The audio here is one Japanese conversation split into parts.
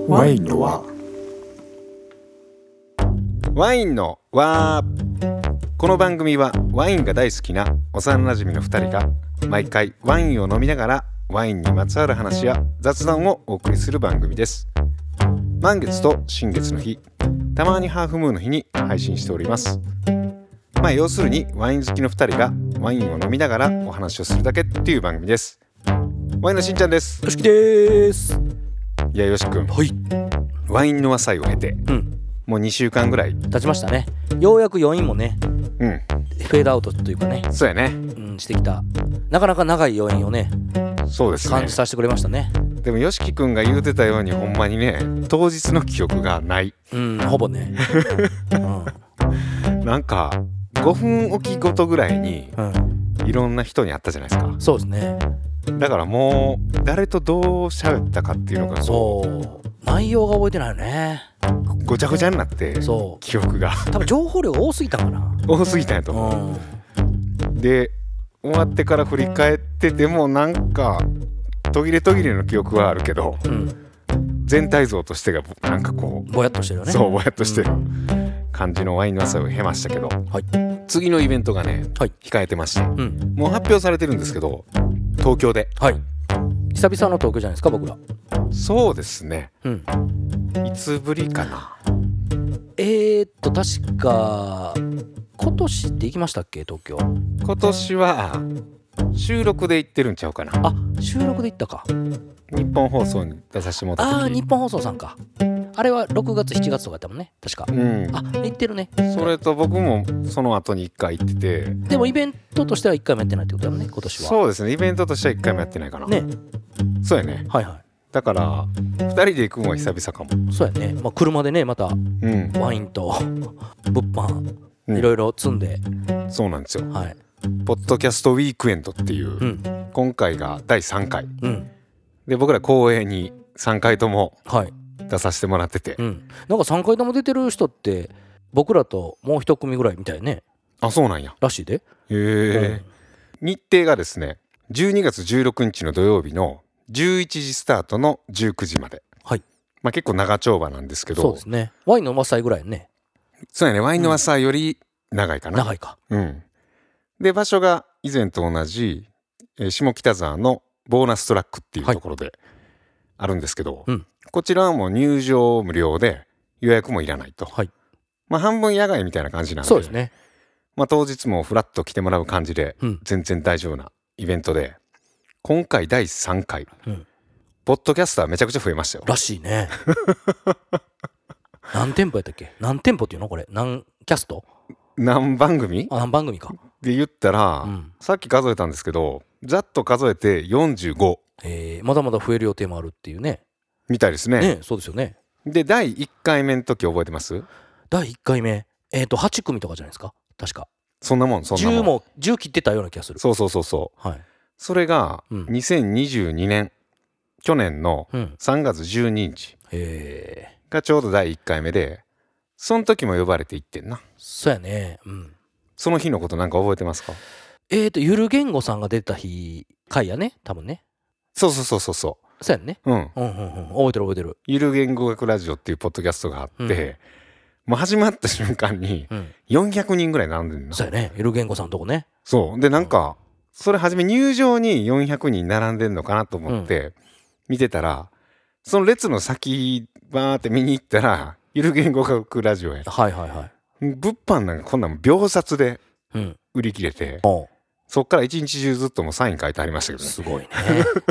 ワインの輪。 ワインの輪。この番組はワインが大好きな幼馴染の2人が毎回ワインを飲みながらワインにまつわる話や雑談をお送りする番組です。満月と新月の日、たまにハーフムーンの日に配信しております。要するにワイン好きの2人がワインを飲みながらお話をするだけっていう番組です。ワインのしんちゃんです。 よしきです。 いやよしくん、 はい、 ワインの和祭を経て、もう2週間ぐらい経ちましたね。ようやく余韻もね、フェードアウトというかね、 そうやね、 してきた。なかなか長い余韻をね、 そうですね、 感じさせてくれましたね。 でもよしきくんが言うてたようにほんまにね、当日の記憶がない。 ほぼね、 なんか5分おきごとぐらいにいろんな人に会ったじゃないですか。 そうですね。 だからもう誰とどう喋ったかっていうのがそう内容が覚えてないよね。 ごちゃごちゃになって、 そう記憶が多分情報量が多すぎたんかな。 多すぎたんやと思う。で終わってから振り返っててもなんか途切れ途切れの記憶はあるけど、全体像としてがなんかこうぼやっとしてるよね。 そうぼやっとしてる感じのワインの朝を経ましたけど、次のイベントがね、控えてまして、もう発表されてるんですけど、東京で、 久々の東京じゃないですか僕ら。 そうですね、いつぶりかな。 確か今年って行きましたっけ東京。 今年は収録で行ってるんちゃうかな。 あ、収録で行ったか。 日本放送に出させてもらった時。 日本放送さんか。あれは6月7月とかやったもんね確か。行ってるね。 それと僕もその後に1回行ってて、 でもイベントとしては1回もやってないってことだもんね今年は。 そうですね、イベントとしては1回もやってないかなね。そうやね。だから2人で行くのは久々かも。 そうやね。車でねまたワインと物販いろいろ積んで、 そうなんですよ。ポッドキャストウィークエンドっていう、今回が第3回、で僕ら公演に3回とも出させてもらってて、 なんか3回とも出てる人って僕らともう一組ぐらいみたいね。 あ、そうなんや。 らしいで。 日程がですね、12月16日の土曜日の11時スタートの19時まで。結構長丁場なんですけど。 そうですね。ワインの和祭ぐらいね。 そうやね、ワインの和祭より長いかな。 長いか。 で場所が以前と同じ、下北沢のボーナストラックっていうところであるんですけど、こちらはもう入場無料で予約もいらないと。半分野外みたいな感じなんで。 そうですね。 当日もフラッと来てもらう感じで、全然大丈夫なイベントで、今回第3回、ポッドキャスターめちゃくちゃ増えましたよ。 らしいね。何店舗やったっけ。何店舗っていうのこれ。何キャスト、 何番組、 何番組かで言ったら、さっき数えたんですけど、ざっと数えて45。 まだまだ増える予定もあるっていうね。 みたいですね。 そうですよね。 で第1回目の時覚えてます？ 第1回目8組とかじゃないですか確か。 そんなもん。 10切ってたような気がする。 そう。それが2022年、去年の3月12日がちょうど第1回目で、その時も呼ばれて行ってんな。 そうやね。 その日のことなんか覚えてますか？ ゆる言語さんが出た回やね多分ね。 そう。 そうやんね。覚えてる。 ゆる言語学ラジオっていうポッドキャストがあって、もう始まった瞬間に400人ぐらい並んでるの。 そうやね。ゆる言語さんのとこね。 そうで、なんかそれ初め入場に400人並んでんのかなと思って見てたら、その列の先バーって見に行ったらゆる言語学ラジオや。物販なんかこんなん秒殺で売り切れて、そっから一日中ずっともうサイン書いてありましたけどね。 すごいね。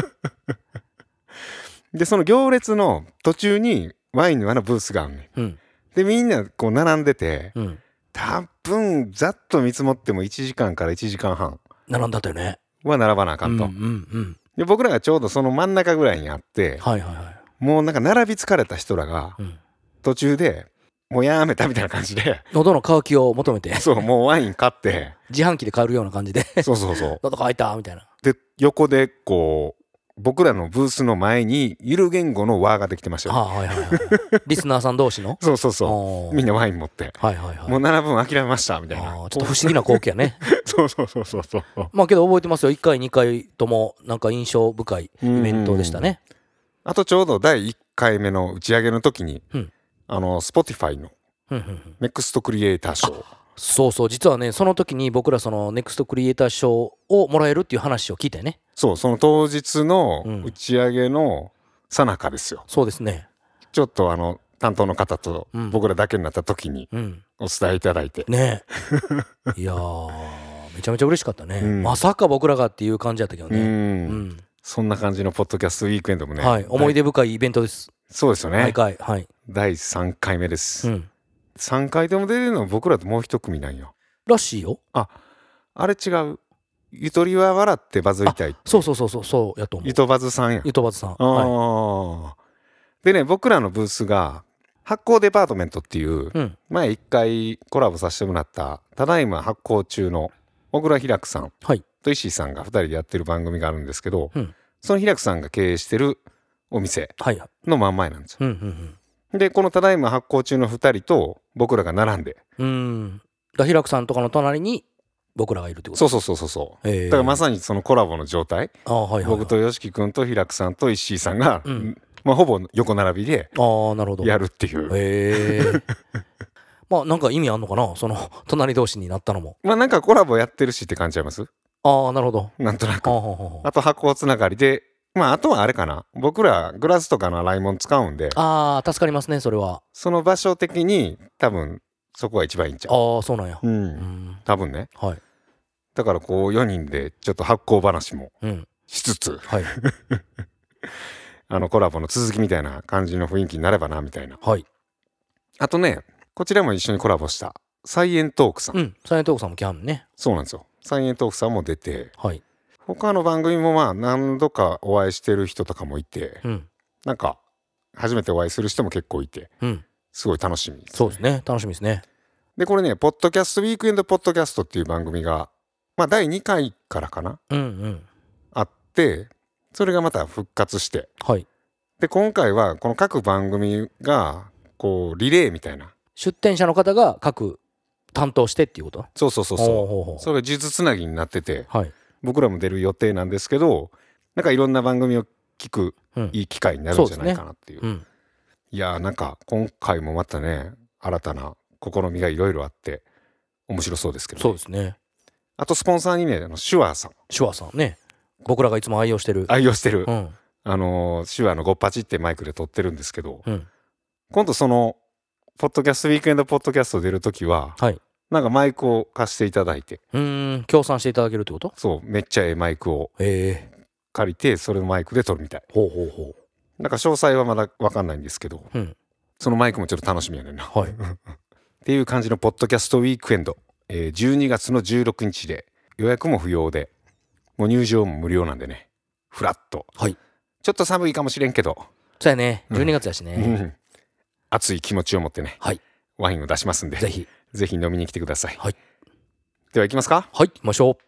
でその行列の途中にワインのブースがあるね、でみんなこう並んでて、多分ざっと見積もっても1時間から1時間半並んだったよね。 は並ばなあかんと。で僕らがちょうどその真ん中ぐらいにあって、もうなんか並び疲れた人らが途中でもうやめたみたいな感じで、 喉の渇きを求めてそうもうワイン買って自販機で買えるような感じでそう喉渇いたみたいな。 で横でこう僕らのブースの前にゆる言語の輪ができてましたよ。 リスナーさん同士のそうみんなワイン持って、もう7分諦めましたみたいな。 ちょっと不思議な光景やね。 そうけど覚えてますよ。1回2回ともなんか印象深いイベントでしたね。 あとちょうど第1 回目の打ち上げの時に、Spotify のネクストクリエイター賞、 そうそう、実はねその時に僕らそのネクストクリエイター賞をもらえるっていう話を聞いたよね。 その当日の打ち上げの最中ですよ。 そうですね。 ちょっと担当の方と僕らだけになった時にお伝えいただいて、 ねいやめちゃめちゃ嬉しかったね、まさか僕らがっていう感じだったけどね、 そんな感じのポッドキャストウィークエンドもね、 思い出深いイベントです。 そうですよね。 毎回、 第3回目です、3回でも出てるのは僕らともう一組なんよらしいよ。 あれ違う、ゆとりは笑ってバズりたい。 そうやと思う。 ゆとバズさんや。 ゆとバズさん。 でね、僕らのブースが発酵デパートメントっていう、前一回コラボさせてもらったただいま発酵中の小倉ひらくさんと石井さんが2人でやってる番組があるんですけど、そのひらくさんが経営してるお店の真ん前なんですよ。でこのただいま発酵中の2人と僕らが並んで、 ひらくさんとかの隣に僕らがいるってこと。 そう、だからまさにそのコラボの状態、僕とよしきくんとひらくさんと石井さんが、ほぼ横並びでやるっていう。 まあなんか意味あんのかな、その隣同士になったのも。 なんかコラボやってるしって感じちゃいます？ なるほど。 なんとなく。あと発酵つながりで、あとはあれかな、僕らグラスとかの洗い物使うんで、 助かりますねそれは。 その場所的に多分そこが一番いいんちゃう？ そうなんや。 多分ね。だからこう4人でちょっと発酵話もしつつ、コラボの続きみたいな感じの雰囲気になればなみたいな。あとね、こちらも一緒にコラボしたサイエントークさん。 サイエントークさんも来はんね。 そうなんですよ。サイエントークさんも出て、他の番組も何度かお会いしてる人とかもいて、なんか初めてお会いする人も結構いて、すごい楽しみですね。 そうですね、楽しみですね。 でこれね、ポッドキャストウィークエンドポッドキャストっていう番組が第2回からかな、あって、それがまた復活して、で今回はこの各番組がこうリレーみたいな、 出展者の方が各担当してっていうこと？ そうそれが数珠つなぎになってて、僕らも出る予定なんですけど、なんかいろんな番組を聞くいい機会になるんじゃないかなっていう。いやー、なんか今回もまたね、新たな試みがいろいろあって面白そうですけどね。 そうですね。 あとスポンサーにね、シュワーさんね、僕らがいつも愛用してる、 シュワーのゴッパチってマイクで撮ってるんですけど、今度そのポッドキャストウィークエンドポッドキャスト出るときは、なんかマイクを貸していただいて、 協賛していただけるってこと？ そう、めっちゃええマイクを借りて、それのマイクで撮るみたい。なんか詳細はまだ分かんないんですけど、そのマイクもちょっと楽しみやねんな。っていう感じのポッドキャストウィークエンド、12月の16日で予約も不要で、もう入場も無料なんでね、フラッと、ちょっと寒いかもしれんけど、 そうやね、12月やしね、 熱い気持ちを持ってね、ワインを出しますんで、ぜひ飲みに来てください。では行きますか。 行きましょう。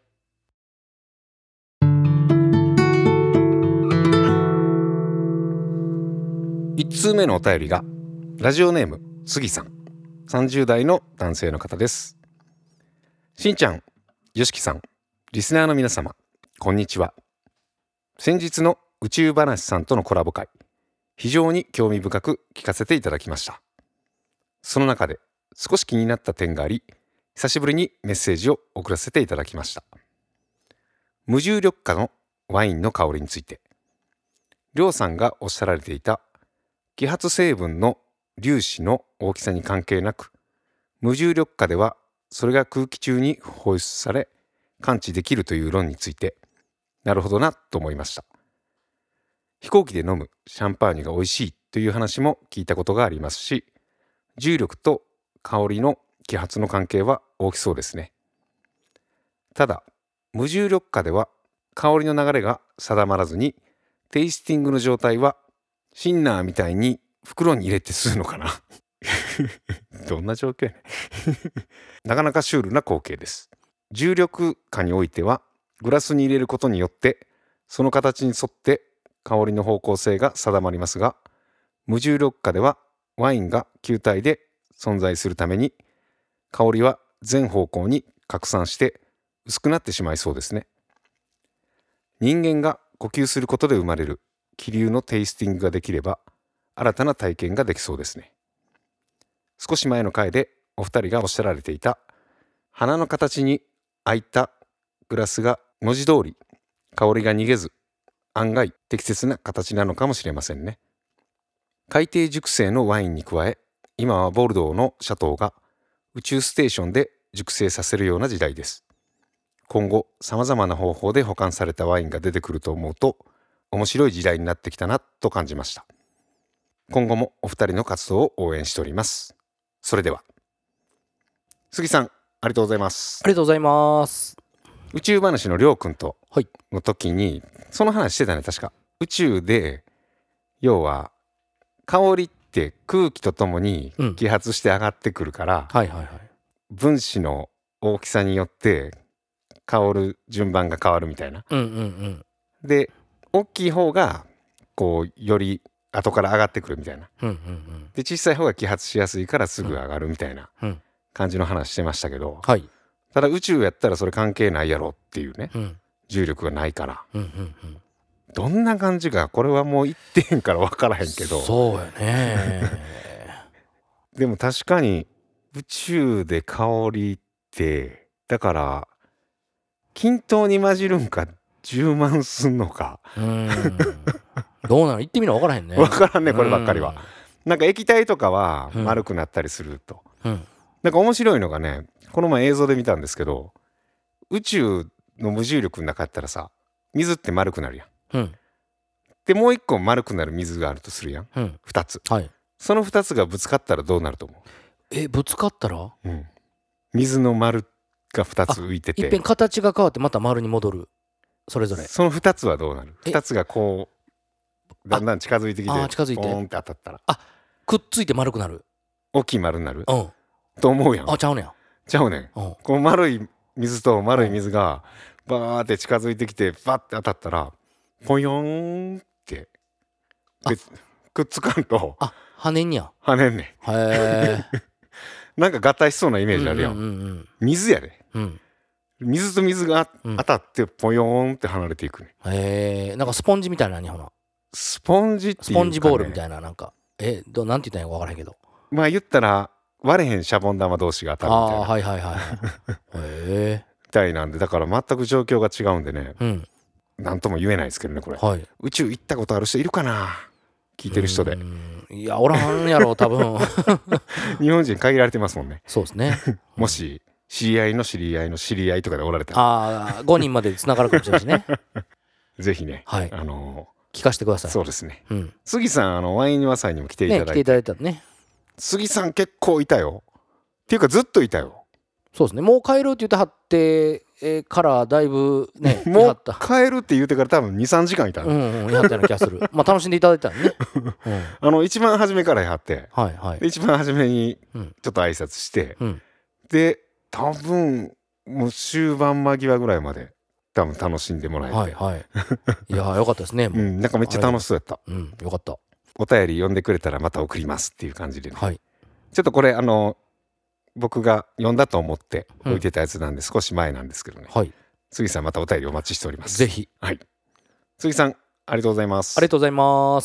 1通目のお便りがラジオネーム杉さん、30代の男性の方です。しんちゃん、よしきさん、リスナーの皆様、こんにちは。先日の宇宙話さんとのコラボ会、非常に興味深く聞かせていただきました。その中で少し気になった点があり、久しぶりにメッセージを送らせていただきました。無重力化のワインの香りについて、りょうさんがおっしゃられていた揮発成分の粒子の大きさに関係なく、無重力化ではそれが空気中に放出され感知できるという論について、なるほどなと思いました。飛行機で飲むシャンパーニュが美味しいという話も聞いたことがありますし、重力と香りの揮発の関係は大きそうですね。ただ無重力下では香りの流れが定まらずに、テイスティングの状態はシンナーみたいに袋に入れて吸うのかなどんな状況やねなかなかシュールな光景です。重力下においてはグラスに入れることによってその形に沿って香りの方向性が定まりますが、無重力下ではワインが球体で存在するために香りは全方向に拡散して薄くなってしまいそうですね。人間が呼吸することで生まれる気流のテイスティングができれば、 新たな体験ができそうですね。少し前の回でお二人がおっしゃられていた花の形に開いたグラスが文字通り香りが逃げず案外適切な形なのかもしれませんね。海底熟成のワインに加え、今はボルドーのシャトーが宇宙ステーションで熟成させるような時代です。今後さまざまな方法で保管されたワインが出てくると思うと面白い時代になってきたなと感じました。今後もお二人の活動を応援しております。それでは杉さん、ありがとうございます。 ありがとうございます。 宇宙話のりょうくんとはいの時にその話してたね。確か宇宙で要は香りって空気とともに揮発して上がってくるから、 はいはいはい。 分子の大きさによって香る順番が変わるみたいな。 うんうんうん。 で大きい方がこうより後から上がってくるみたいな。 うんうんうん。 で小さい方が揮発しやすいからすぐ上がるみたいなうん感じの話してましたけど、 はい。 ただ宇宙やったらそれ関係ないやろっていうね、 うん。 重力がないから、 うんうんうん。 どんな感じかこれはもう言ってへんから分からへんけど、 そうやね。 でも確かに宇宙で香りってだから均等に混じるんか充満すんのかどうなの、言ってみな分からへんね。 分からんねこればっかりは。なんか液体とかはうん丸くなったりすると、 うんなんか面白いのがね、この前映像で見たんですけど、宇宙の無重力の中やったらさ、水って丸くなるやん。 うんでもう一個丸くなる水があるとするやん。 うん 2つ。 はい。 その2つがぶつかったらどうなると思ぶつかったらう？水の丸が2つ浮いていっぺんて、 形が変わってまた丸に戻る。それぞれ。 その2つはどうなる？2つがこうだんだん近づいてきて、 近づいてポーンって当たったらくっついて丸くなる。 大きい丸になるうん。 と思うやん。 ちゃうねん。 ちゃうねん。 うん。 この丸い水と丸い水がバーって近づいてきてバッて当たったらポヨーンってでくっつかんと跳ねんや。 跳ねんねへえ。 ん。なんか合体しそうなイメージあるやん。 うん水やで。 うん水と水がうん当たってポヨーンって離れていくね。 へえ。なんかスポンジみたいな日本のスポンジっていうか、ね、 スポンジボールみたいな、なんかなんて言ったんやか分からへんけど。 まあ言ったら割れへんシャボン玉同士が当たるみたいなはいはいはいへえ。 みたいなんで、だから全く状況が違うんでね、 うんなんとも言えないですけどねこれ。 はい。 宇宙行ったことある人いるかな、聞いてる人で。 いやおらんやろ多分。 日本人限られてますもんね。 そうですね。 もし知り合いの知り合いの知り合いとかでおられたら 5人までつながるかもしれないしね。 ぜひね、 はい聞かせてください。 そうですね。 うん杉さんワイン庭祭にも来ていただいて、 来ていただいたらね。 杉さん結構いたよっていうかずっといたよ。 そうですね。もう帰るって言ってはってからだいぶねもうやった帰るって言うてから多分 2,3 時間いたの、 やったような気がする。まあ楽しんでいただいたらね。 一番初めからやってはいはいで一番初めにうんちょっと挨拶して、 うんで多分もう終盤間際ぐらいまで多分楽しんでもらえて、 はいはい。いやよかったですね。もうなんかめっちゃ楽しそうやった。 よかった。 お便り読んでくれたらまた送りますっていう感じでね、 はいちょっとこれ僕が読んだと思って置いてたやつなんで少し前なんですけどね、 はい。 杉さんまたお便りお待ちしております。 ぜひ。 はい、杉さんありがとうございます。 ありがとうございます。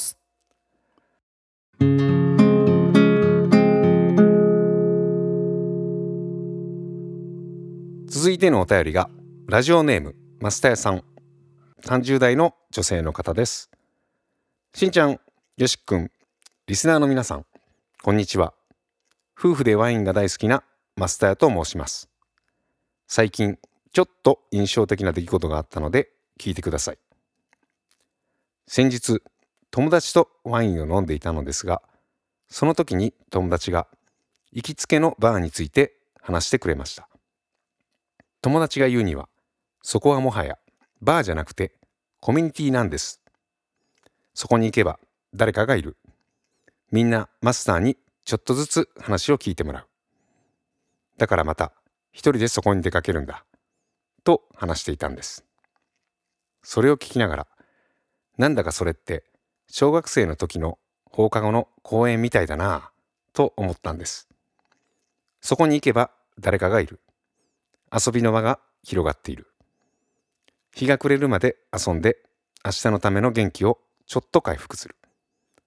続いてのお便りがラジオネームマスタヤさん、30代の女性の方です。しんちゃん、よしくん、リスナーの皆さん、こんにちは。夫婦でワインが大好きなマスタヤと申します。最近ちょっと印象的な出来事があったので聞いてください。先日友達とワインを飲んでいたのですが、その時に友達が行きつけのバーについて話してくれました。友達が言うには、そこはもはやバーじゃなくてコミュニティなんです。そこに行けば誰かがいる。みんなマスターにちょっとずつ話を聞いてもらう。だからまた一人でそこに出かけるんだ。と話していたんです。それを聞きながら、なんだかそれって小学生の時の放課後の公園みたいだなぁと思ったんです。そこに行けば誰かがいる。遊びの場が広がっている。日が暮れるまで遊んで明日のための元気をちょっと回復する。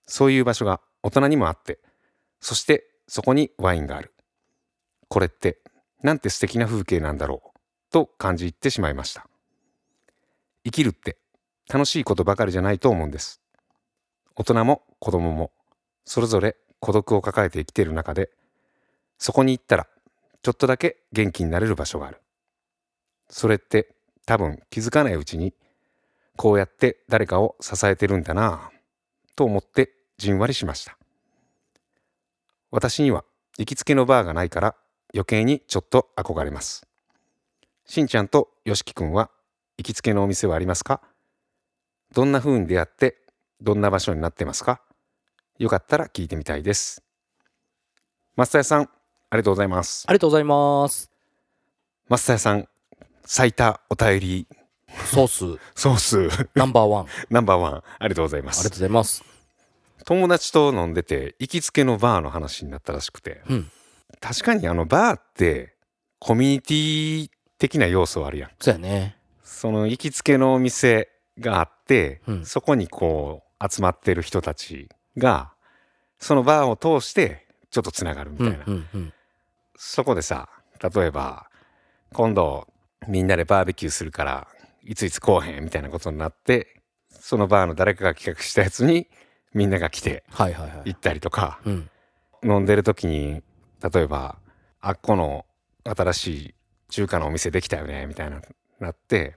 そういう場所が大人にもあって、そしてそこにワインがある。これってなんて素敵な風景なんだろうと感じ入ってしまいました。生きるって楽しいことばかりじゃないと思うんです。大人も子供もそれぞれ孤独を抱えて生きている中で、そこに行ったらちょっとだけ元気になれる場所がある。それって多分気づかないうちにこうやって誰かを支えてるんだなぁと思ってじんわりしました。私には行きつけのバーがないから余計にちょっと憧れます。しんちゃんとよしきくんは行きつけのお店はありますか？どんな風に出会ってどんな場所になってますか？よかったら聞いてみたいです。増田屋さん、ありがとうございます。 ありがとうございます。 増田屋さん、最多お便りソースナンバーワンナンバーワン、ありがとうございます。 ありがとうございます。 友達と飲んでて行きつけのバーの話になったらしくて、確かにバーってコミュニティ的な要素あるやん。 そうやね。 その行きつけのお店があって、そこにこう集まってる人たちがそのバーを通してちょっとつながるみたいな、そこでさ、例えば今度みんなでバーベキューするからいついつ来おへんみたいなことになって、そのバーの誰かが企画したやつにみんなが来て行ったりとか、飲んでる時に例えばあっこの新しい中華のお店できたよねみたいななって、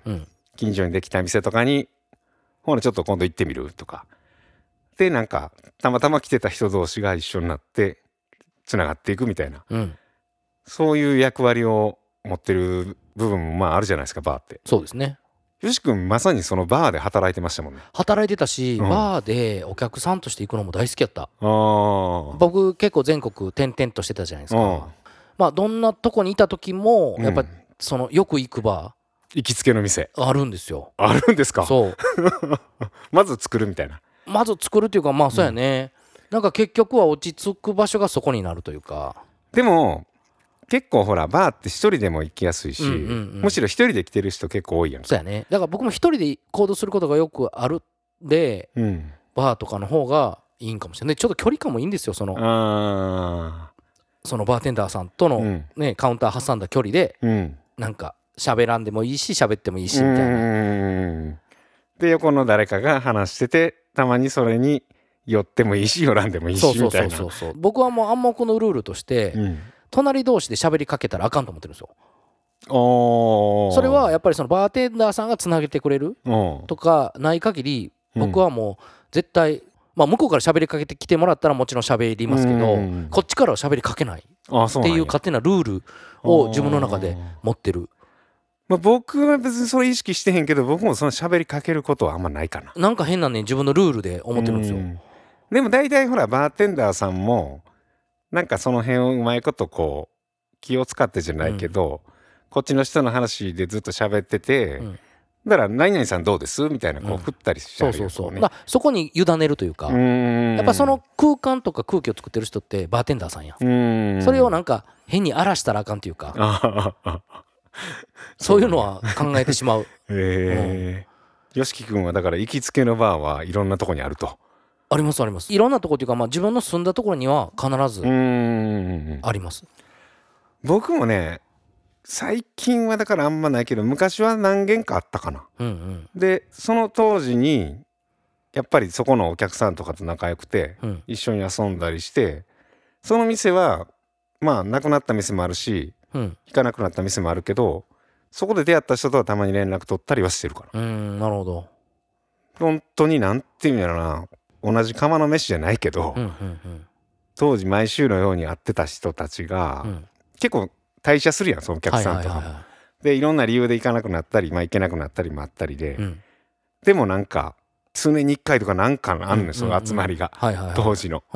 近所にできた店とかにほらちょっと今度行ってみるとかで、なんかたまたま来てた人同士が一緒になってつながっていくみたいな、そういう役割を持ってる部分もまああるじゃないですか、バーって。 そうですね。 よし君まさにそのバーで働いてましたもんね。 働いてたし、バーでお客さんとして行くのも大好きやった。 僕結構全国転々としてたじゃないですか。まあどんなとこにいた時もやっぱそのよく行くバー行きつけの店あるんですよ。 あるんですか？ そうまず作るみたいな。 まず作るっていうか、まあそうやね、なんか結局は落ち着く場所がそこになるというか。 でも結構ほらバーって一人でも行きやすいし、むしろ一人で来てる人結構多いやん。 そうやね。だから僕も一人で行動することがよくあるんで、バーとかの方がいいんかもしれない。ちょっと距離感もいいんですよ。そのバーテンダーさんとの、カウンター挟んだ距離で、なんか喋らんでもいいし喋ってもいいしみたいな。 で横の誰かが話してて、たまにそれに寄ってもいいし寄らんでもいいしみたいな。 僕はもう暗黙のルールとして、隣同士で喋りかけたらあかんと思ってるんですよ。それはやっぱりそのバーテンダーさんがつなげてくれるとかない限り、僕はもう絶対、まあ向こうから喋りかけてきてもらったらもちろん喋りますけど、こっちからは喋りかけないっていう勝手なルールを自分の中で持ってる。 僕は別にそれ意識してへんけど、僕もその喋りかけることはあんまないかな。 なんか変なね、自分のルールで思ってるんですよ。 でも大体ほらバーテンダーさんもなんかその辺をうまいことこう気を使ってじゃないけど、こっちの人の話でずっと喋ってて、だから何々さんどうですみたいなこう振ったりしてあるよね。 そこに委ねるというか、やっぱその空間とか空気を作ってる人ってバーテンダーさんや。それをなんか変に荒らしたらあかんというかそういうのは考えてしまう。 よしき君はだから行きつけのバーはいろんなとこにあると。 ありますあります。いろんなとこっていうか、まあ自分の住んだところには必ずあります。 僕もね最近はだからあんまないけど、昔は何軒かあったかな。でその当時にやっぱりそこのお客さんとかと仲良くて、一緒に遊んだりして、その店はまあなくなった店もあるし、行かなくなった店もあるけど、そこで出会った人とはたまに連絡取ったりはしてるから。 なるほど。 本当になんていうんやろな、同じ釜の飯じゃないけど、当時毎週のように会ってた人たちが、結構退社するやん、そのお客さんとか。でいろんな理由で行かなくなったり、行けなくなったりもあったりで、でもなんか数年に1回とかなんかあんのよ、その集まりが、当時の。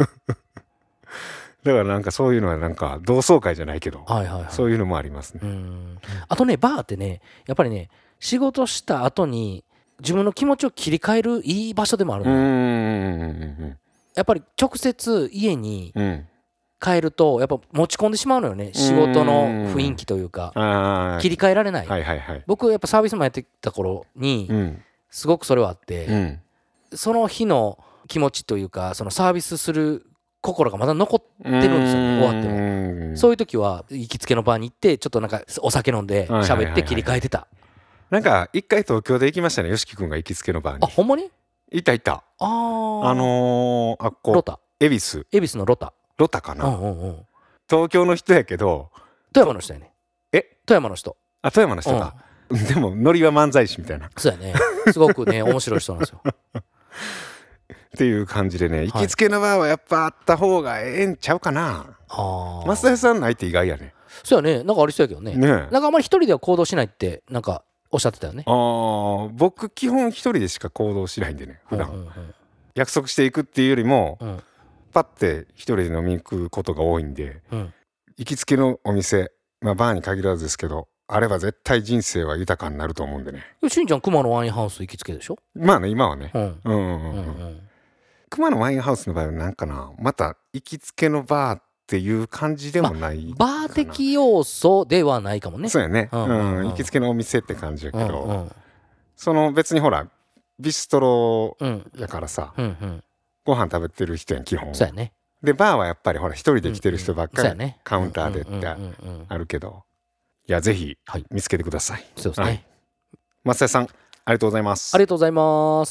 だからなんかそういうのはなんか同窓会じゃないけど、そういうのもありますね。 あとね、バーってね、やっぱりね、仕事した後に自分の気持ちを切り替えるいい場所でもあるの。やっぱり直接家に帰るとやっぱ持ち込んでしまうのよね、仕事の雰囲気というか。切り替えられない。僕やっぱサービスもやってた頃にすごくそれはあって、その日の気持ちというかそのサービスする心がまだ残ってるんですよね。終わってもそういう時は行きつけのバーに行ってちょっとなんかお酒飲んで喋って切り替えてた。 なんか一回東京で行きましたね、よしきくんが行きつけのバーに。 あ、ほんまに？ 行った。あっこロタ、 恵比寿のロタかな、東京の人やけど富山の人やね。富山の人。 あ、富山の人か、でもノリは漫才師みたいな。 そうやね、すごくね面白い人なんですよっていう感じでね、行きつけのバーはやっぱあった方がええんちゃうかな。増田さんないって意外やね。 そうやね、なんかありそうやけどね。なんかあんまり一人では行動しないってなんかおっしゃってたよね。 僕基本一人でしか行動しないんでね、普段、約束していくっていうよりも、パッて一人で飲みに行くことが多いんで、行きつけのお店、バーに限らずですけどあれば絶対人生は豊かになると思うんでね。 しんちゃん熊野ワインハウス行きつけでしょ。 まあね、今はね。熊野ワインハウスの場合はなんかな、また行きつけのバーっていう感じでもないバー的要素ではないかもね。 そうやね、行きつけのお店って感じやけど、その別にほらビストロやからさ、ご飯食べてる人やん基本。 そうやね。 でバーはやっぱりほら一人で来てる人ばっかりカウンターでってあるけど、いやぜひ見つけてください。 そうですね。 増田さんありがとうございます。 ありがとうございます。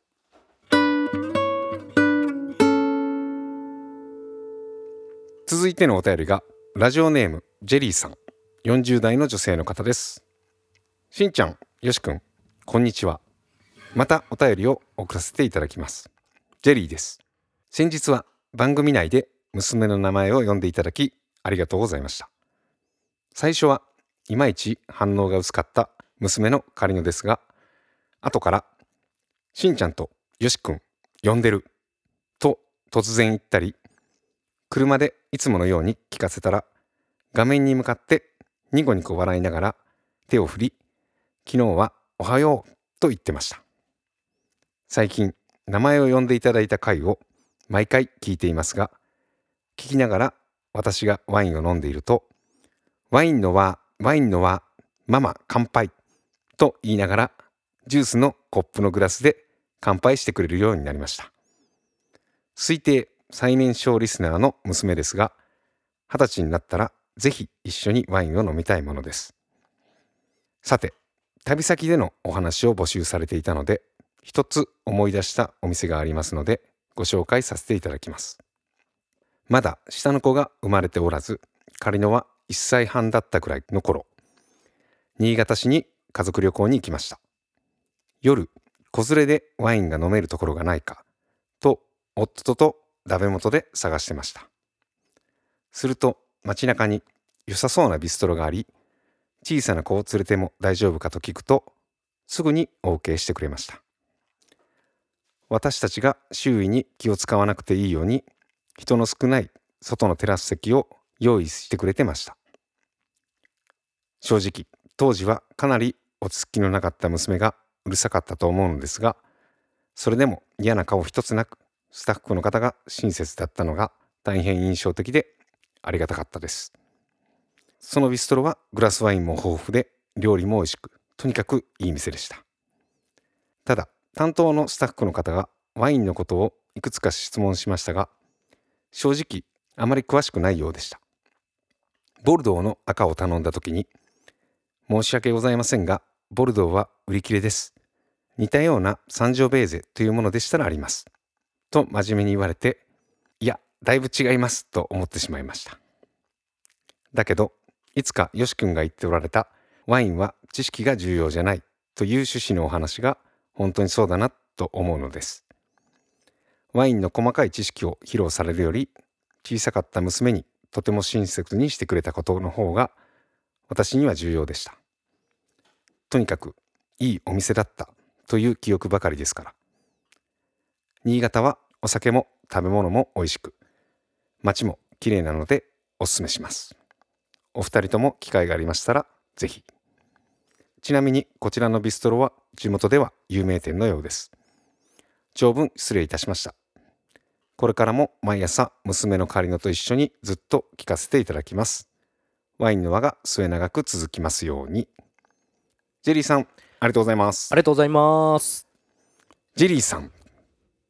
続いてのお便りがラジオネームジェリーさん、40代の女性の方です。しんちゃん、よしくん、こんにちは。またお便りを送らせていただきます。ジェリーです。先日は番組内で娘の名前を呼んでいただきありがとうございました。最初はいまいち反応が薄かった娘のカリノですが、後からしんちゃんとよしくん呼んでると突然言ったり、車でいつものように聞かせたら画面に向かってニコニコ笑いながら手を振り、昨日はおはようと言ってました。最近名前を呼んでいただいた回を毎回聞いていますが、聞きながら私がワインを飲んでいると、ワインのはママ乾杯と言いながらジュースのコップのグラスで乾杯してくれるようになりました。推定最年少リスナーの娘ですが、20歳になったらぜひ一緒にワインを飲みたいものです。さて、旅先でのお話を募集されていたので、一つ思い出したお店がありますのでご紹介させていただきます。まだ下の子が生まれておらず、仮のは1歳半だったくらいの頃、新潟市に家族旅行に行きました。夜、子連れでワインが飲めるところがないかと夫とダメ元で探してました。すると街中に良さそうなビストロがあり、小さな子を連れても大丈夫かと聞くとすぐに OK してくれました。私たちが周囲に気を使わなくていいように人の少ない外のテラス席を用意してくれてました。正直当時はかなり落ち着きのなかった娘がうるさかったと思うのですが、それでも嫌な顔一つなくスタッフの方が親切だったのが大変印象的でありがたかったです。そのビストロはグラスワインも豊富で料理も美味しく、とにかくいい店でした。ただ担当のスタッフの方がワインのことをいくつか質問しましたが、正直あまり詳しくないようでした。ボルドーの赤を頼んだ時に、申し訳ございませんがボルドーは売り切れです。似たようなサンジョベーゼというものでしたらありますと真面目に言われて、いやだいぶ違いますと思ってしまいました。だけどいつかよし君が言っておられたワインは知識が重要じゃないという趣旨のお話が本当にそうだなと思うのです。ワインの細かい知識を披露されるより、小さかった娘にとても親切にしてくれたことの方が私には重要でした。とにかくいいお店だったという記憶ばかりですから。新潟はお酒も食べ物も美味しく、街も綺麗なのでおすすめします。お二人とも機会がありましたらぜひ。ちなみにこちらのビストロは地元では有名店のようです。長文失礼いたしました。これからも毎朝娘のカリノと一緒にずっと聞かせていただきます。ワインの輪が末永く続きますように。ジェリーさんありがとうございます。 ありがとうございます。 ジェリーさん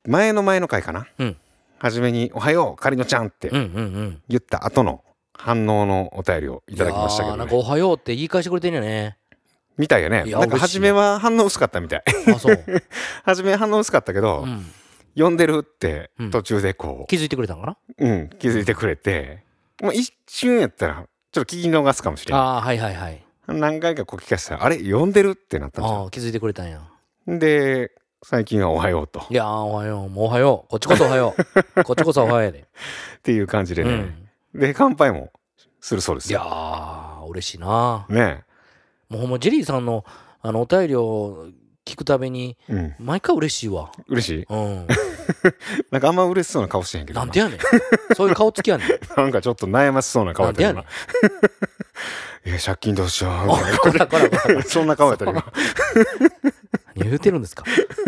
前の回かな、 うん、 初めに「おはようかりのちゃん」って言った後の反応のお便りをいただきましたけど、ね、 なんかおはようって言い返してくれてんよね。 みたいよね。なんか初めは反応薄かったみたい。 あ、そう初め反応薄かったけど、呼んでるって途中でこう、 気づいてくれたんかな。 気づいてくれて、もう一瞬やったらちょっと聞き逃すかもしれない。 はいはいはい。 何回かこう聞かせたら、あれ呼んでるってなったんですよ。 気づいてくれたんや。 で最近はおはようと。 いやおはよう、もうおはよう、こっちこそおはようこっちこそおはようやでっていう感じでね、で乾杯もするそうですよ。 いや嬉しいなね。 もうほんまジェリーさんのお便りを聞くたびに、毎回嬉しいわ。 嬉しい。なんかあんま嬉しそうな顔してへんけど。 なんでやねん。そういう顔つきやねん。 なんかちょっと悩ましそうな顔やった今。いや借金どうしよう。そんな顔やった今。 何言うてるんですか。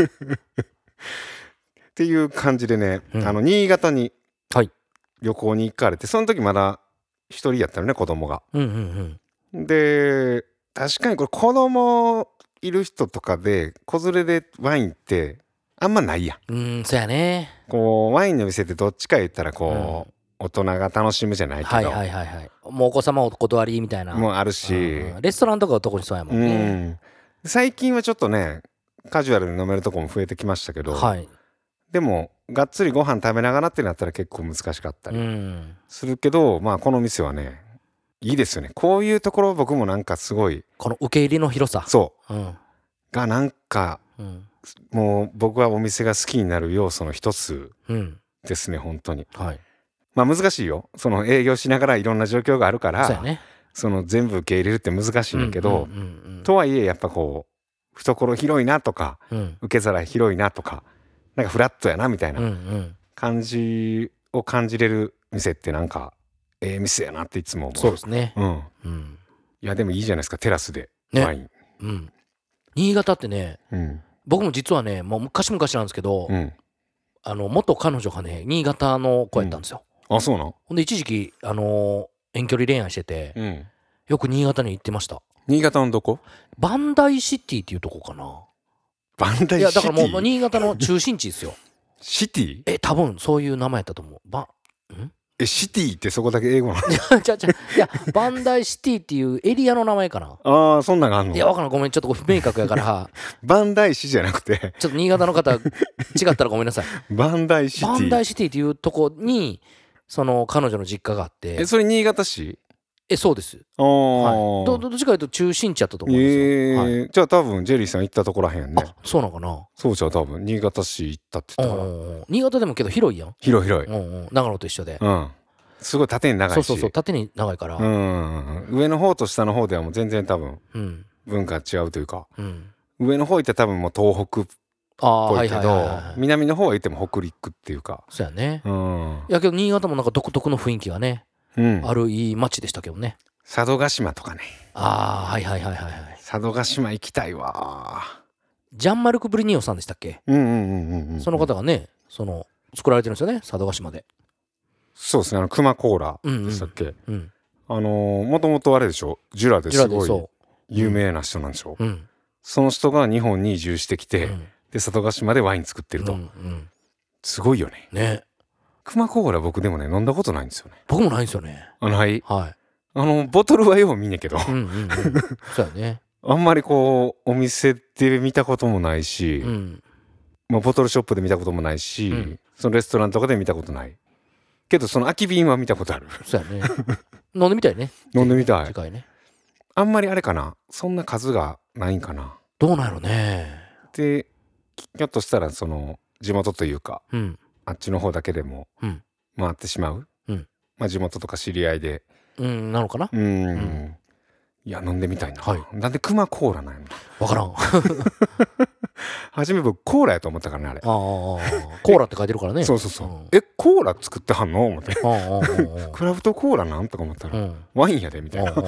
っていう感じでね、新潟に旅行に行かれて、その時まだ一人やったのね、子供が。で確かにこれ子供いる人とかで子連れでワインってあんまないやん。そうやね。 こうワインの店ってどっちか言ったらこう、大人が楽しむじゃないけど、 もうお子様お断りみたいなもうあるし、 レストランとかは特にそうやもんね。 最近はちょっとねカジュアルに飲めるとこも増えてきましたけど、でもがっつりご飯食べながらってなったら結構難しかったりするけど、まあこの店はねいいですよね。こういうところ僕もなんかすごいこの受け入れの広さがなんか、もう僕はお店が好きになる要素の一つですね、本当に。まあ難しいよ、その営業しながらいろんな状況があるから、その全部受け入れるって難しいんだけど、とはいえやっぱこう懐広いなとか、受け皿広いなとか、なんかフラットやなみたいな感じを感じれる店ってなんか店やなっていつも思う。 そうですね。 いやでもいいじゃないですか、テラスでワイン。 新潟ってね、僕も実はねもう昔々なんですけど、元彼女がね新潟の子やったんですよ。 あ、そうなの。 ほんで一時期遠距離恋愛してて、よく新潟に行ってました。 新潟のどこ？ バンダイシティっていうとこかな。 バンダイシティ？いやだからもう新潟の中心地ですよ。 シティ？ 多分そういう名前やったと思う。 シティってそこだけ英語なの？ いやバンダイシティっていうエリアの名前かな。 ああ、そんなんがあんの？ いやわからん、ごめん、ちょっと不明確やからバンダイ市じゃなくてちょっと新潟の方違ったらごめんなさい。 バンダイシティ。 バンダイシティっていうとこにその彼女の実家があって。 それ新潟市？ そうです。どっちかというと中心地やったと思うんですよ。 じゃあ多分ジェリーさん行ったとこらへんね。 そうなのかな。 そうじゃあ多分新潟市行ったって言ったから。 新潟でもけど広いやん。 広い、 長野と一緒で、 すごい縦に長いし。 そう縦に長いから、 上の方と下の方ではもう全然多分文化違うというか、上の方行って多分もう東北っぽいけど、南の方は行っても北陸っていうか。 そうやね。いやけど新潟もなんか独特の雰囲気がね、あるいい街でしたけどね。 佐渡島とかね。 佐渡島行きたいわ。 ジャンマルク・ブリニオさんでしたっけ。その方がね作られてるんですよね、佐渡島で。 そうですね、熊コーラでしたっけ。もともとあれでしょ、ジュラですごい有名な人なんでしょ。その人が日本に移住してきて、で佐渡島でワイン作ってると。すごいよね。熊コーラ僕でもね飲んだことないんですよね。 僕もないんですよね。 ない。ボトルはよう見んねんけど、 そうやね。 あんまりこうお店で見たこともないし、ボトルショップで見たこともないし、そのレストランとかで見たことないけど、その空き瓶は見たことある。 そうやね。飲んでみたいね。 飲んでみたい。 次回ね。 あんまりあれかな、そんな数がないんかな。 どうなんやろね。 でひょっとしたらその地元というか、あっちの方だけでも回ってしまう、地元とか知り合いでなのかな。 いや飲んでみたいな。なんで熊コーラなんやろ。わからん。 初め僕コーラやと思ったからね、あれ。 コーラって書いてるからね。 そうコーラ作ってはんの思ってクラフトコーラなんとか思ったら、ワインやでみたいな。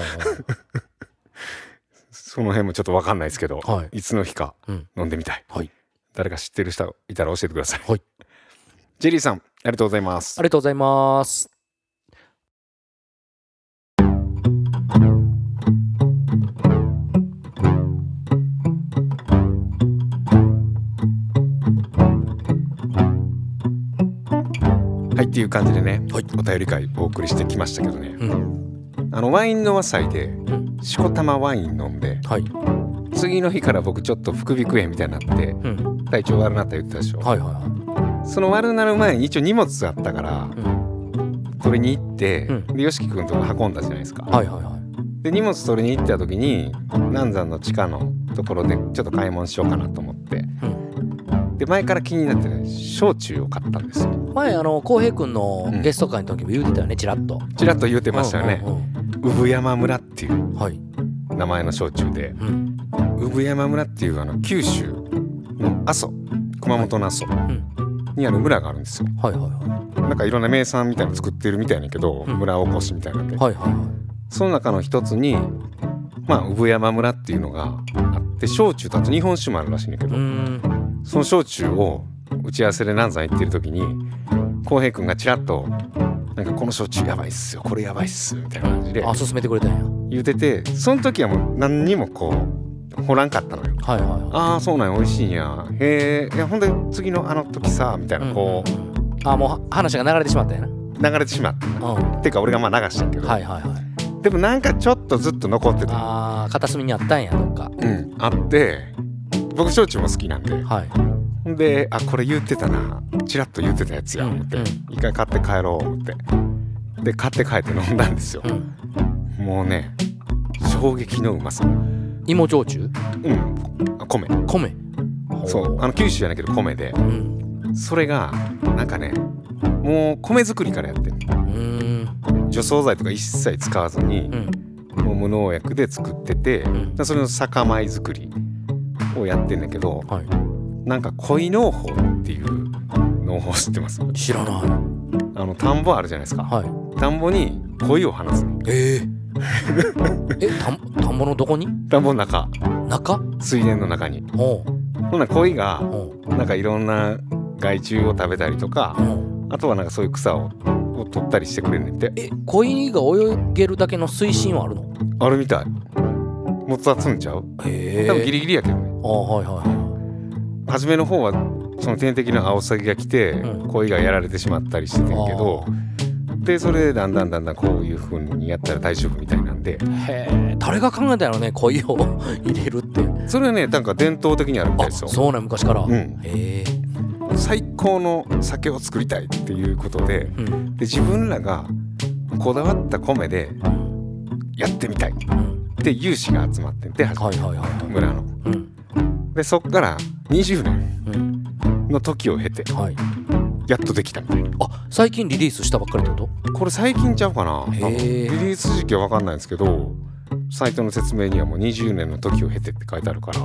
その辺もちょっと分かんないですけど、いつの日か飲んでみたい。誰か知ってる人いたら教えてください。ジェリーさんありがとうございます。 ありがとうございます。 はいっていう感じでね、 はい、 お便り会お送りしてきましたけどね、 うん、 ワインの和祭でしこたまワイン飲んで、はい、次の日から僕ちょっと副鼻腔炎みたいになって、うん、体調悪なった言ってたでしょ、はいはいはい、その悪なる前に一応荷物あったから、うん、取りに行って、うん、で吉木君とか運んだじゃないですか、はいはいはい、で荷物取りに行った時に南山の地下のところでちょっと買い物しようかなと思って、うん、で前から気になってね焼酎を買ったんですよ。 前浩平君のゲスト会の時も言うてたよね、チラッと言うてましたよね、産山村っていう、はい、名前の焼酎で、うん、産山村っていう九州の阿蘇、熊本の阿蘇にある村があるんですよ、はいはいはい、なんかいろんな名産みたいなの作ってるみたいだけど、うん、村おこしみたいなんで、はいはいはい、その中の一つに産山村っていうのがあって、焼酎とあと日本酒もあるらしいんだけど、その焼酎を打ち合わせで南山行ってる時に浩平君がちらっとなんかこの焼酎やばいっすよ、これやばいっすみたいな感じで勧めてくれたんや言うてて、その時はもう何にもこう掘らんかったのよ、はいはいはい、ああそうなんや、美味しいんや、へえ、いやほんで次の時さみたいな、こう、もう話が流れてしまったんやな、流れてしまった、っていうか俺が流したけど、はいはいはい、でもなんかちょっとずっと残ってて、 片隅にあったんやどっか、 あって、僕焼酎も好きなんで、はい、でこれ言ってたな、チラッと言ってたやつや思って、一回買って帰ろう思って、で買って帰って飲んだんですよ、もうね衝撃のうまさ。 芋焼酎？ 米。そう九州じゃないけど米で、それがなんかねもう米作りからやってる、除草剤とか一切使わずに、もう無農薬で作ってて、それの酒米作りをやってんだけど、はい、なんか鯉農法っていう農法知ってます？ 知らない。 田んぼあるじゃないですか、はい、田んぼに鯉を放つ、 田んぼのどこに？ 田んぼの中水田の中に、ほな鯉がなんかいろんな害虫を食べたりとか、あとはなんかそういう草を取ったりしてくれるんで。 鯉が泳げるだけの水深はあるの？ あるみたい。もつ集んちゃう？多分ギリギリやけどね。はいはいはい。初めの方はその天敵のアオサギが来て、鯉がやられてしまったりしてたんけど、でそれでだんだんこういう風にやったら大丈夫みたいなんで。 へえ、誰が考えたのね、鯉を入れるって。 それはね、なんか伝統的にあるみたいですよ。 そうね、昔から。 最高の酒を作りたいっていうことで、で自分らがこだわった米でやってみたいって有志が集まってて、村の。でそっから20年の時を経て、やっとできたみたいな。 最近リリースしたばっかりってこと？ これ最近ちゃうかな。リリース時期は分かんないんですけど、サイトの説明にはもう20年の時を経てって書いてあるから、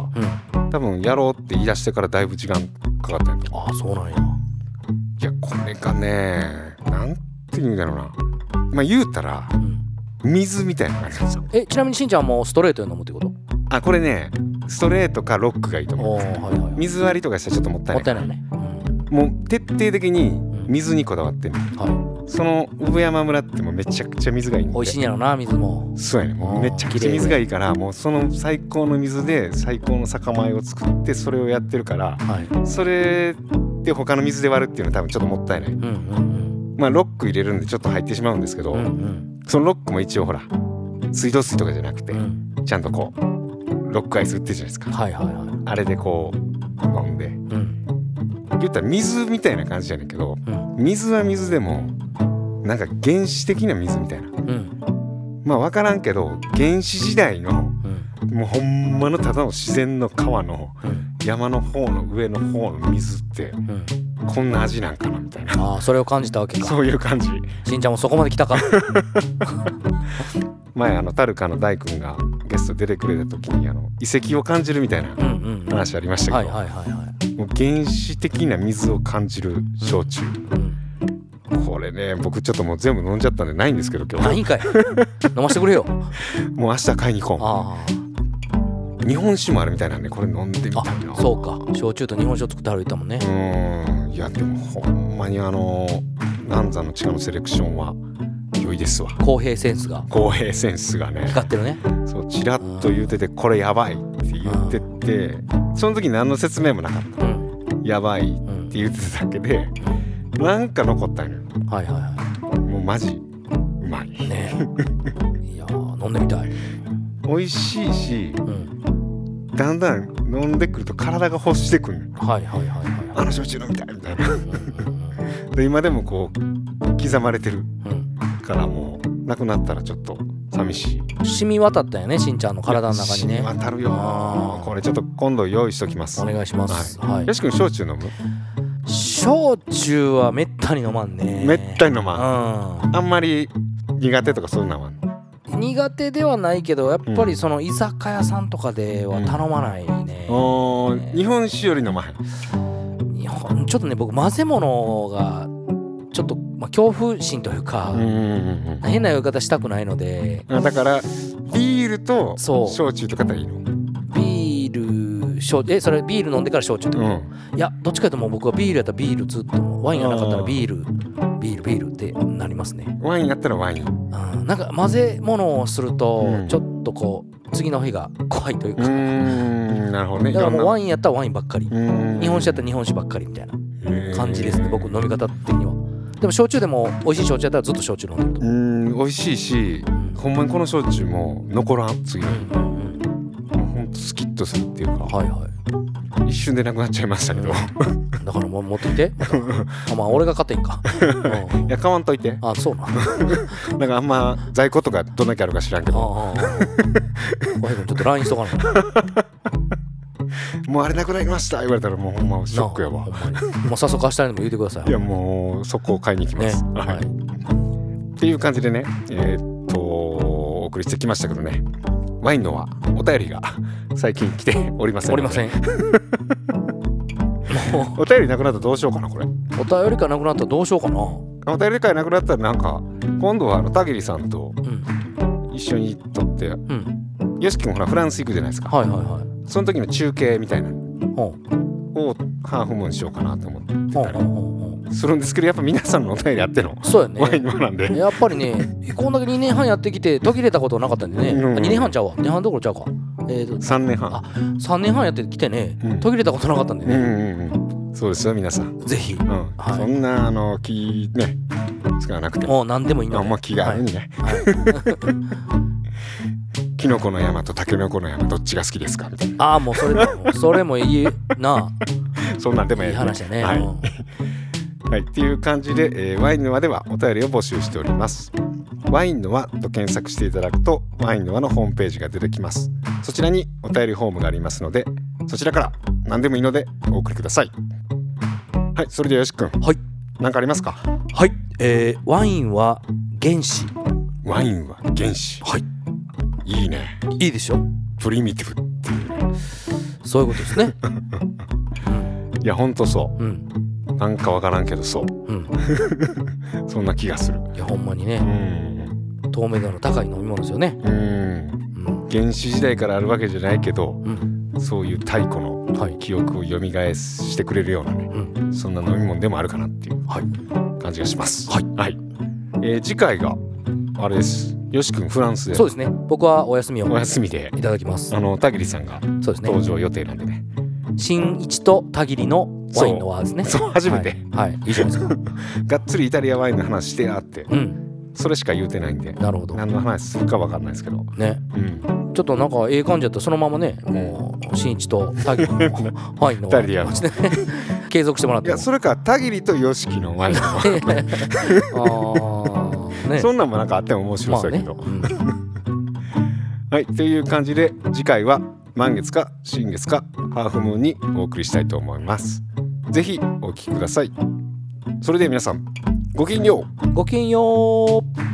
多分やろうって言い出してからだいぶ時間かかったんやと思う。 そうなんや。 いやこれがね、なんていうんだろうな、言うたら、水みたいな感じなんですよ。 ちなみにしんちゃんもストレートで飲むってこと？ これねストレートかロックがいいと思う。水割りとかしたらちょっともったいないね。もう徹底的に水にこだわってる、その産山村ってもうめちゃくちゃ水がいいんで。 美味しいんやろな、水も。 そうやね、もうめちゃくちゃ水がいいから、もうその最高の水で最高の酒米を作ってそれをやってるから、それで他の水で割るっていうのは多分ちょっともったいない、ロック入れるんでちょっと入ってしまうんですけど、そのロックも一応ほら水道水とかじゃなくて、ちゃんとこうロックアイス売ってるじゃないですか、あれでこう飲んで、言ったら水みたいな感じじゃないけど、水は水でもなんか原始的な水みたいな、分からんけど原始時代の、もうほんまのただの自然の川の、山の方の上の方の水って、こんな味なんかなみたいな。 それを感じたわけか。 そういう感じ。 しんちゃんもそこまで来たか。 前タルカの大君がゲスト出てくれた時に遺跡を感じるみたいな話ありましたけど、もう原始的な水を感じる焼酎、これね僕ちょっともう全部飲んじゃったんでないんですけど今日。 ないんかい。飲ませてくれよ。 もう明日買いに行こう。日本酒もあるみたいなんでこれ飲んでみたいな。 そうか、焼酎と日本酒を作って歩いたもんね。 いやでもほんまに南山の地下のセレクションは良いですわ。 公平センスがね光ってるね。 そうチラッと言ってて、これやばいって言ってて、その時何の説明もなかった、やばいって言ってただけで、なんか残ったんよ。 はいはいはい。 もうマジうまいね。いや飲んでみたい。 美味しいし、だんだん飲んでくると体が欲してくる。 はいはいはいはい。 あの焼酎飲みたいみたいな。で今でもこう刻まれてるからもうなくなったらちょっと寂しい。 染み渡ったよね、しんちゃんの体の中にね。 染み渡るよ。これちょっと今度用意しときます。 お願いします。 はい。よし君焼酎飲む？ 焼酎はめったに飲まんね。 めったに飲まん。あんまり苦手とかそんなんは苦手ではないけど、やっぱりその居酒屋さんとかでは頼まないね。 日本酒より飲まへん。 ちょっとね、僕混ぜ物がちょっと、恐怖心というか、変な言い方したくないので。 だからビールと焼酎とかだったらいいの？ ビールそれビール飲んでから焼酎ってこと？いや、どっちかというと僕はビールやったらビールずっと、ワインがなかったらビールってなりますね。 ワインやったらワイン。 なんか混ぜ物をするとちょっとこう次の日が怖いというか。 なるほどね。 だからもうワインやったらワインばっかり、日本酒やったら日本酒ばっかりみたいな感じですね、僕飲み方的には。でも焼酎でも美味しい焼酎やったらずっと焼酎飲んでると。 美味しいし、ほんまにこの焼酎も残らん次の日。ほんとスキッとするっていうか、はいはい、一瞬でなくなっちゃいましたけど、 だからもう持ってきてまた俺が買ってんかいや買わんといて。 そうななんかあんま在庫とかどんだけあるか知らんけど、 小平君ちょっと LINE しとかなもうあれなくなりました言われたらもうほんまショックやわ。 もう早速貸したいのも言うてください。 いやもう速攻買いに行きます、ね。はい。っていう感じでね、お送りしてきましたけどね、ワインのはお便りが最近来ておりません。お便りなくなったらどうしようかなこれ。 お便りがなくなったらどうしようかな。 お便り会なくなったらなんか今度は田切さんと一緒に撮って、よし君ほらフランス行くじゃないですか。はいはいはい。その時の中継みたいなをハーフムーンしようかなと思ってたりするんですけど、やっぱ皆さんのお便りあってのそうやね。 ワインのなんでやっぱりね、こんだけ2年半やってきて途切れたことなかったんでね、2年半ちゃうわ、2年半どころちゃうか、 3年半 3年半やってきてね、途切れたことなかったんでね、 そうですよ皆さんぜひ、 そんな気ね使わなくてもう何でもいいので、気があるにね、キノコの山とタケノコの山どっちが好きですかみたいな。 もうそれもいいなそんなんでもいい話だね。 はい、っていう感じで、ワインの輪ではお便りを募集しております。ワインの輪と検索していただくとワインの輪のホームページが出てきます。そちらにお便りフォームがありますので、そちらから何でもいいのでお送りください。はい、それではよし君、何かありますか？ はい、ワインは原子。 ワインは原子。はい、いいね。 いいでしょ。 プリミティブっていうね、 そういうことですね。 いやほんとそう、なんかわからんけどそう、そんな気がする。 いやほんまにね、透明度の高い飲み物ですよね。 原始時代からあるわけじゃないけど、そういう太古の記憶を蘇してくれるようなね、そんな飲み物でもあるかなっていう感じがします。はい、次回があれです。よし君フランスで。そうですね。僕はお休みでいただきます。田切さんが登場予定なんでね。新一と田切のワインの輪ですね。そう初めて。はい。いいじゃないですか。がっつりイタリアワインの話してあって、それしか言うてないんで。なるほど。何の話するかわかんないですけど。ね。ちょっとなんかええ感じだったらそのままね、もう新一と田切のワインの輪で継続してもらって。いやそれか田切とよしきのワインの輪。そんなんもなんかあっても面白そうやけど、はい、という感じで次回は満月か新月かハーフムーンにお送りしたいと思います。ぜひお聞きください。それでは皆さんごきげんよう。ごきげんよう。